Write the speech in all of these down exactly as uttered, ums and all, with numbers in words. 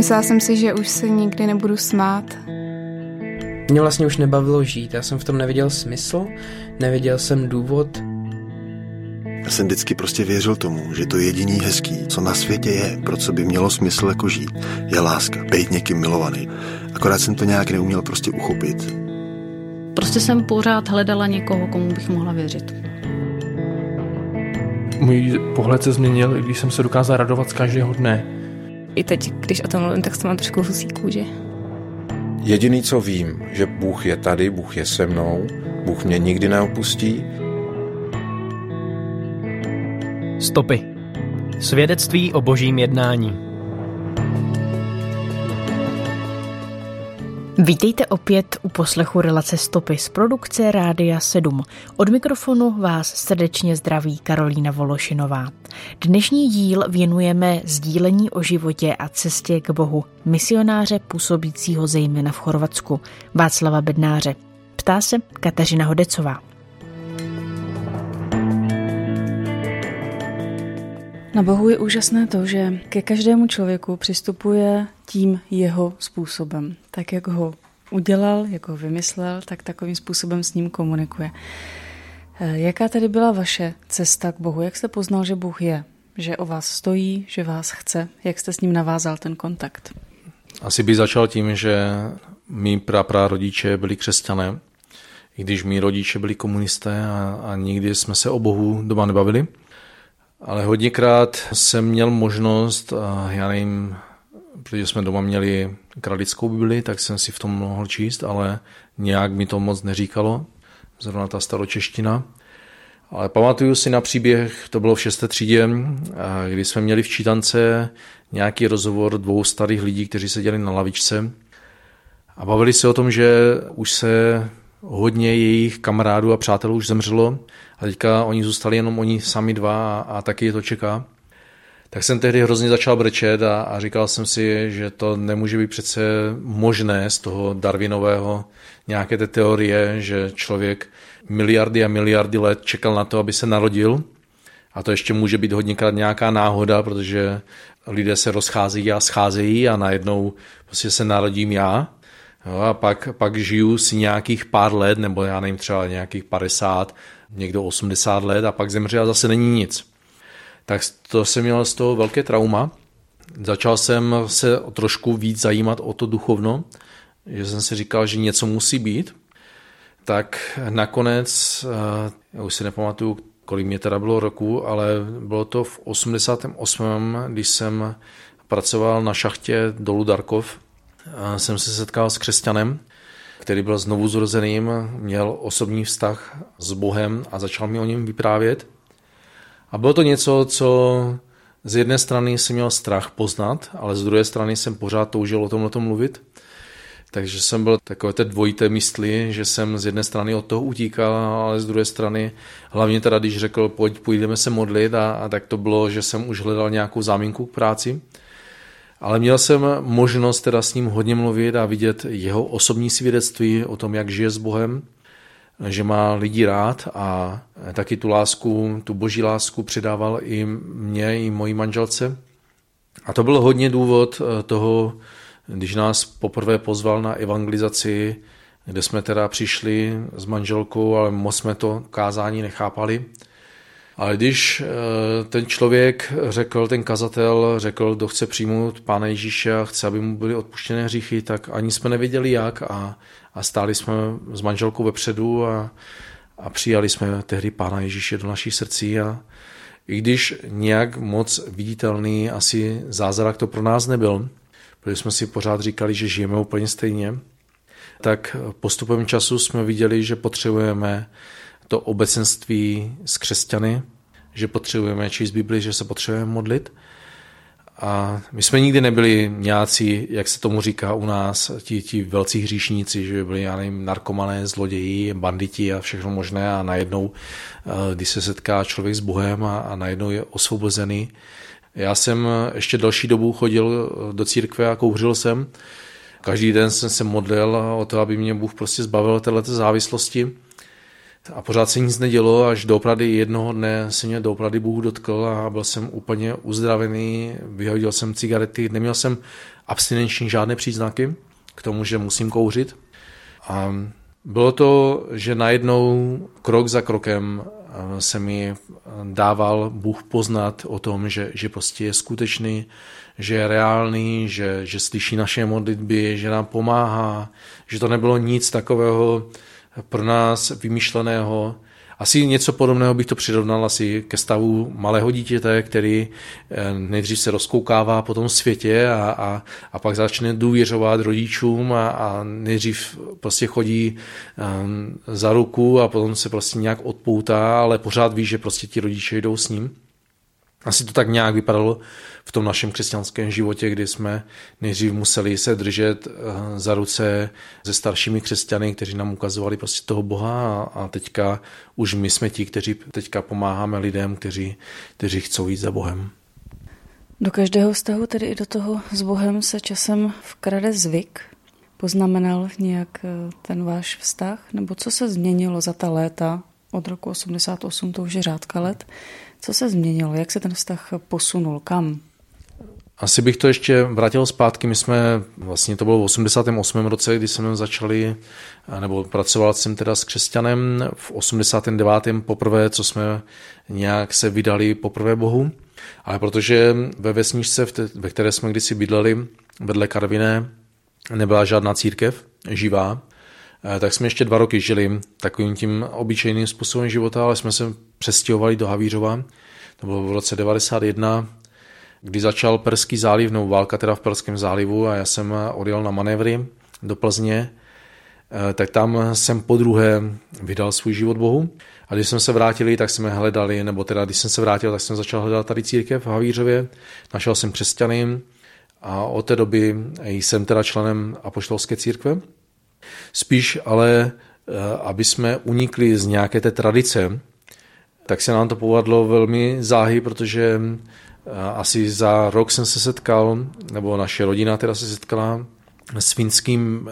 Myslela jsem si, že už se nikdy nebudu smát. Mě vlastně už nebavilo žít, já jsem v tom neviděl smysl, neviděl jsem důvod. Já jsem vždycky prostě věřil tomu, že to jediný hezký, co na světě je, pro co by mělo smysl jako žít, je láska, být někým milovaný. Akorát jsem to nějak neuměl prostě uchopit. Prostě jsem pořád hledala někoho, komu bych mohla věřit. Můj pohled se změnil, když jsem se dokázal radovat z každého dne. I teď, když o tom mluvím, tak se mám trošku husí kůži. Jediný, co vím, že Bůh je tady, Bůh je se mnou, Bůh mě nikdy neopustí. Stopy. Svědectví o božím jednání. Vítejte opět u poslechu relace Stopy z produkce Rádia sedm. Od mikrofonu vás srdečně zdraví Karolína Vološinová. Dnešní díl věnujeme sdílení o životě a cestě k Bohu misionáře působícího zejména v Chorvatsku, Václava Bednáře. Ptá se Kateřina Hodecová. Na Bohu je úžasné to, že ke každému člověku přistupuje tím jeho způsobem. Tak, jak ho udělal, jak ho vymyslel, tak takovým způsobem s ním komunikuje. Jaká tedy byla vaše cesta k Bohu? Jak jste poznal, že Bůh je? Že o vás stojí, že vás chce? Jak jste s ním navázal ten kontakt? Asi bych začal tím, že mý praprarodiče byli křesťané, i když mý rodiče byli komunisté a, a nikdy jsme se o Bohu doma nebavili. Ale hodněkrát jsem měl možnost, já nevím, protože jsme doma měli kralickou Bibli, tak jsem si v tom mohl číst, ale nějak mi to moc neříkalo, zrovna ta staročeština. Ale pamatuju si na příběh, to bylo v šesté třídě, kdy jsme měli v čítance nějaký rozhovor dvou starých lidí, kteří seděli na lavičce a bavili se o tom, že už se hodně jejich kamarádů a přátelů už zemřelo a teďka oni zůstali jenom oni sami dva a, a taky je to čeká. Tak jsem tehdy hrozně začal brečet a, a říkal jsem si, že to nemůže být přece možné z toho Darwinového nějaké té teorie, že člověk miliardy a miliardy let čekal na to, aby se narodil a to ještě může být hodněkrát nějaká náhoda, protože lidé se rozcházejí a scházejí a najednou prostě se narodím já. Jo, a pak, pak žiju si nějakých pár let, nebo já nevím, třeba nějakých padesát, někdo osmdesát let a pak zemře a zase není nic. Tak to jsem měl z toho velké trauma. Začal jsem se trošku víc zajímat o to duchovno, že jsem si říkal, že něco musí být. Tak nakonec, já už si nepamatuju, kolik mě teda bylo roku, ale bylo to v osmdesátém osmém, když jsem pracoval na šachtě dolu Darkov. Jsem se setkal s křesťanem, který byl znovu zrozeným, měl osobní vztah s Bohem a začal mi o něm vyprávět. A bylo to něco, co z jedné strany jsem měl strach poznat, ale z druhé strany jsem pořád toužil o tomhletom mluvit. Takže jsem byl takové té dvojité mysli, že jsem z jedné strany od toho utíkal, ale z druhé strany, hlavně teda, když řekl, pojď, půjdeme se modlit, a, a tak to bylo, že jsem už hledal nějakou záminku k práci. Ale měl jsem možnost teda s ním hodně mluvit a vidět jeho osobní svědectví o tom, jak žije s Bohem, že má lidi rád a taky tu lásku, tu boží lásku předával i mně, i mojí manželce. A to byl hodně důvod toho, když nás poprvé pozval na evangelizaci, kde jsme teda přišli s manželkou, ale moc jsme to kázání nechápali. Ale když ten člověk řekl, ten kazatel řekl, kdo chce přijmout Pána Ježíše a chce, aby mu byly odpuštěné hříchy, tak ani jsme nevěděli jak a, a stáli jsme s manželkou vepředu a, a přijali jsme tehdy Pána Ježíše do našich srdcí. A i když nějak moc viditelný asi zázrak to pro nás nebyl, protože jsme si pořád říkali, že žijeme úplně stejně, tak postupem času jsme viděli, že potřebujeme to obecenství s křesťany, že potřebujeme číst Bibli, že se potřebujeme modlit. A my jsme nikdy nebyli nějací, jak se tomu říká u nás, ti, ti velcí hříšníci, že byli, já nevím, narkomané, zloději, banditi a všechno možné a najednou, když se setká člověk s Bohem a, a najednou je osvobozený. Já jsem ještě další dobu chodil do církve a kouřil jsem. Každý den jsem se modlil o to, aby mě Bůh prostě zbavil této závislosti. A pořád se nic nedělo, až doopravdy jednoho dne se mě doopravdy Bůh dotkl a byl jsem úplně uzdravený, vyhodil jsem cigarety, neměl jsem abstinenční žádné příznaky k tomu, že musím kouřit. A bylo to, že najednou krok za krokem se mi dával Bůh poznat o tom, že, že prostě je skutečný, že je reálný, že, že slyší naše modlitby, že nám pomáhá, že to nebylo nic takového pro nás vymyšleného. Asi něco podobného bych to přirovnal asi ke stavu malého dítěte, který nejdřív se rozkoukává po tom světě a, a, a pak začne důvěřovat rodičům a, a nejdřív prostě chodí um, za ruku a potom se prostě nějak odpoutá, ale pořád ví, že prostě ti rodiče jdou s ním. Asi to tak nějak vypadalo v tom našem křesťanském životě, kdy jsme nejdřív museli se držet za ruce se staršími křesťany, kteří nám ukazovali prostě toho Boha a teďka už my jsme ti, kteří teďka pomáháme lidem, kteří, kteří chcou jít za Bohem. Do každého vztahu, tedy i do toho s Bohem, se časem vkrade zvyk. Poznamenal nějak ten váš vztah? Nebo co se změnilo za ta léta? Od roku osmdesát osm, to už je řádka let. Co se změnilo? Jak se ten vztah posunul? Kam? Asi bych to ještě vrátil zpátky. My jsme, vlastně to bylo v osmdesátém osmém roce, kdy jsme začali, nebo pracoval jsem teda s křesťanem. V osmdesátém devátém poprvé, co jsme nějak se vydali poprvé Bohu. Ale protože ve vesničce, ve které jsme kdysi bydleli, vedle Karviné, nebyla žádná církev živá, tak jsme ještě dva roky žili takovým tím obyčejným způsobem života, ale jsme se přestěhovali do Havířova. To bylo v roce devadesát jedna, kdy začal Perský záliv, nebo válka teda v Perském zálivu a já jsem odjel na manévry do Plzně, tak tam jsem podruhé vydal svůj život Bohu. A když jsme se vrátili, tak jsme hledali, nebo teda když jsem se vrátil, tak jsem začal hledat tady církev v Havířově. Našel jsem křesťany a od té doby jsem teda členem apoštolské církve. Spíš ale, aby jsme unikli z nějaké té tradice, tak se nám to povedlo velmi záhy, protože asi za rok jsem se setkal, nebo naše rodina teda se setkala s finským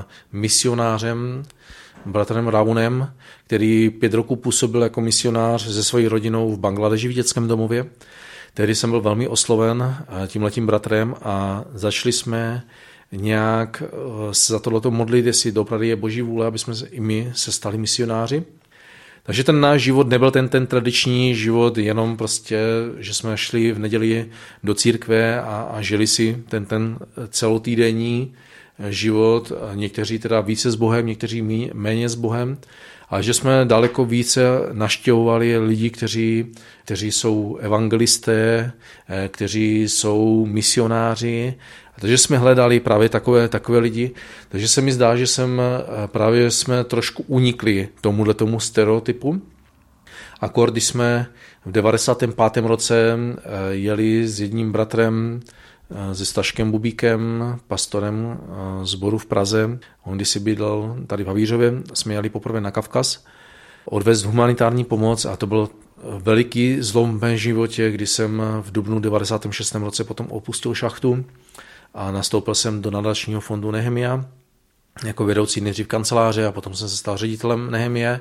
misionářem, bratrem Ravunem, který pět roků působil jako misionář se svojí rodinou v Bangladeži v dětském domově. Tehdy jsem byl velmi osloven tímhletím bratrem a začali jsme nějak se za tohleto modlit, jestli dopravdy je Boží vůle, aby jsme i my se stali misionáři. Takže ten náš život nebyl ten, ten tradiční život, jenom prostě, že jsme šli v neděli do církve a, a žili si ten, ten celotýdenní život, někteří teda více s Bohem, někteří méně s Bohem, ale že jsme daleko více navštěvovali lidi, kteří, kteří jsou evangelisté, kteří jsou misionáři. Takže jsme hledali právě takové, takové lidi. Takže se mi zdá, že jsem právě jsme trošku unikli tomuhle tomu stereotypu. Akor, když jsme v devadesátém pátém roce jeli s jedním bratrem, se Staškem Bubíkem, pastorem sboru v Praze. On kdysi bydlel tady v Havířově. Jsme jeli poprvé na Kavkaz odvést humanitární pomoc a to byl veliký zlom v mém životě, kdy jsem v dubnu devadesátém šestém roce potom opustil šachtu a nastoupil jsem do nadačního fondu Nehemia jako vedoucí nejdřív kanceláře a potom jsem se stal ředitelem Nehemie.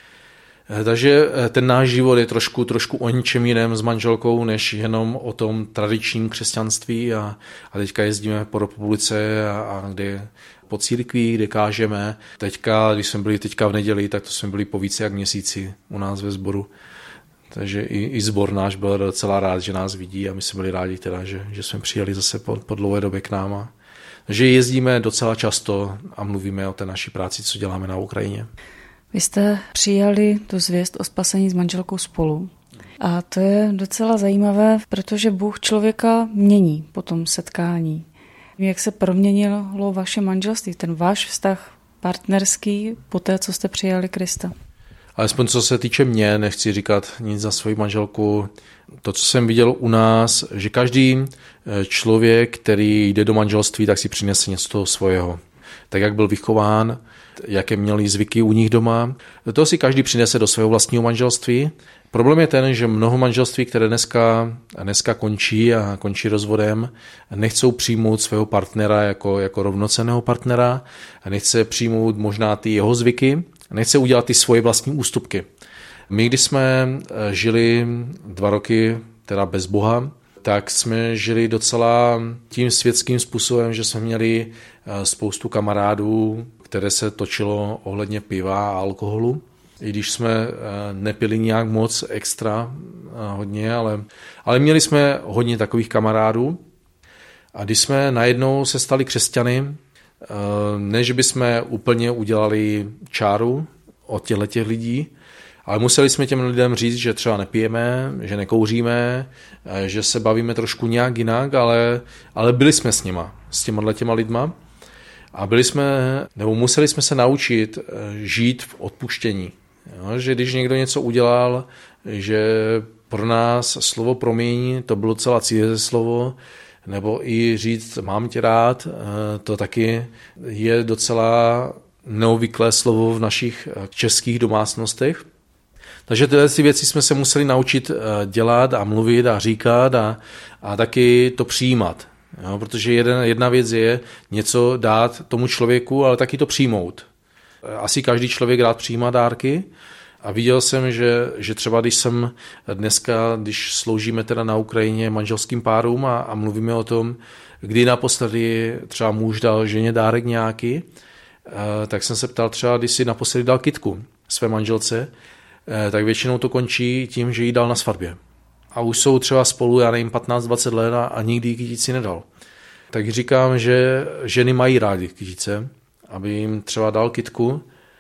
Takže ten náš život je trošku, trošku o ničem jiném s manželkou, než jenom o tom tradičním křesťanství a, a teďka jezdíme po republice a, a kde po církví, kde kážeme. Teďka, když jsme byli teďka v neděli, tak to jsme byli po více jak měsíci u nás ve sboru. Takže i, i sbor náš byl docela rád, že nás vidí a my jsme byli rádi teda, že, že jsme přijeli zase po, po dlouhé době k nám. Takže jezdíme docela často a mluvíme o té naší práci, co děláme na Ukrajině. Vy jste přijali tu zvěst o spasení s manželkou spolu. A to je docela zajímavé, protože Bůh člověka mění po tom setkání. Jak se proměnilo vaše manželství, ten váš vztah partnerský po té, co jste přijali Krista? Alespoň co se týče mě, nechci říkat nic za svoji manželku. To, co jsem viděl u nás, že každý člověk, který jde do manželství, tak si přinese něco toho svého. Tak, jak byl vychován, jaké měli zvyky u nich doma. To si každý přinese do svého vlastního manželství. Problém je ten, že mnoho manželství, které dneska, dneska končí a končí rozvodem, nechcou přijmout svého partnera jako, jako rovnocenného partnera, nechce přijmout možná ty jeho zvyky, Nechce udělat ty svoje vlastní ústupky. My, když jsme žili dva roky teda bez Boha, tak jsme žili docela tím světským způsobem, že jsme měli spoustu kamarádů, které se točilo ohledně piva a alkoholu. I když jsme nepili nějak moc extra hodně, ale, ale měli jsme hodně takových kamarádů. A když jsme najednou se stali křesťany, než bychom úplně udělali čáru od těchto lidí, ale museli jsme těm lidem říct, že třeba nepijeme, že nekouříme, že se bavíme trošku nějak jinak, ale, ale byli jsme s nima, s těma těma lidma. A byli jsme, nebo museli jsme se naučit žít v odpuštění. Jo, že když někdo něco udělal, že pro nás slovo promiň, to bylo docela cizí slovo, nebo i říct mám tě rád, to taky je docela neobvyklé slovo v našich českých domácnostech. Takže tyhle ty věci jsme se museli naučit dělat a mluvit a říkat a, a taky to přijímat. Jo, protože jeden, jedna věc je něco dát tomu člověku, ale taky to přijmout. Asi každý člověk rád přijímá dárky a viděl jsem, že, že třeba když jsem dneska, když sloužíme teda na Ukrajině manželským párům a, a mluvíme o tom, kdy naposledy třeba muž dal ženě dárek nějaký, tak jsem se ptal třeba, když si naposledy dal kytku své manželce, tak většinou to končí tím, že jí dal na svatbě. A už jsou třeba spolu, já nevím, patnáct dvacet let a, a nikdy jí kytici nedal. Tak říkám, že ženy mají rádi kytice, aby jim třeba dal kytku,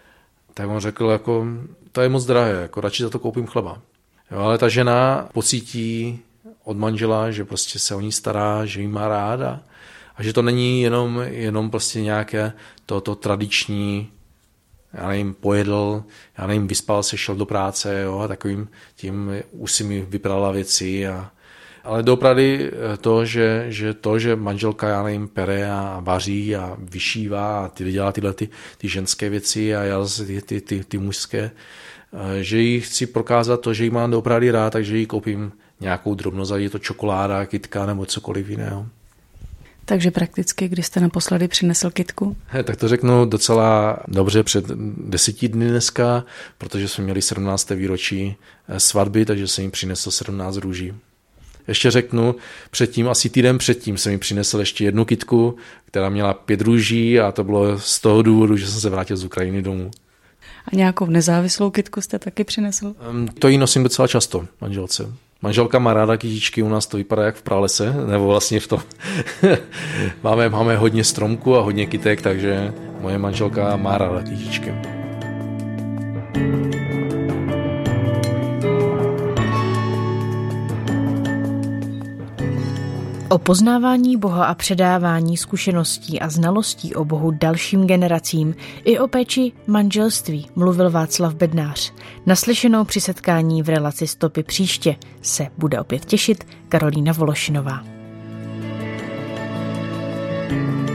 tak on řekl, jako, to je moc drahé, jako radši za to koupím chleba. Jo, ale ta žena pocítí od manžela, že prostě se o ní stará, že jí má rád a, a že to není jenom, jenom prostě nějaké toto tradiční, já nevím, pojedl, já nevím, vyspal se, šel do práce, jo, a takovým tím už si mi vyprala věci. A, ale doopravdy to, že, že to, že manželka, já nevím, pere a vaří a vyšívá a ty dělá tyhle ty, ty ženské věci a já zase ty, ty, ty, ty mužské, že jí chci prokázat to, že jí mám doopravdy rád, takže jí koupím nějakou drobnost, ať je to čokoláda, kytka nebo cokoliv jiného. Takže prakticky, když jste naposledy přinesl kytku? He, tak to řeknu docela dobře před deseti dny dneska, protože jsme měli sedmnácté výročí svatby, takže jsem jim přinesl sedmnáct růží. Ještě řeknu, předtím, asi týden předtím jsem jim přinesl ještě jednu kytku, která měla pět růží a to bylo z toho důvodu, že jsem se vrátil z Ukrajiny domů. A nějakou nezávislou kytku jste taky přinesl? Um, to jí nosím docela často, manželce. Manželka má ráda kytičky, u nás to vypadá jak v pralese, nebo vlastně v tom. máme, máme hodně stromků a hodně kytek, takže moje manželka má ráda kytičky. O poznávání Boha a předávání zkušeností a znalostí o Bohu dalším generacím i o péči manželství mluvil Václav Bednář. Naslyšenou při setkání v relaci Stopy příště se bude opět těšit Karolína Vološinová.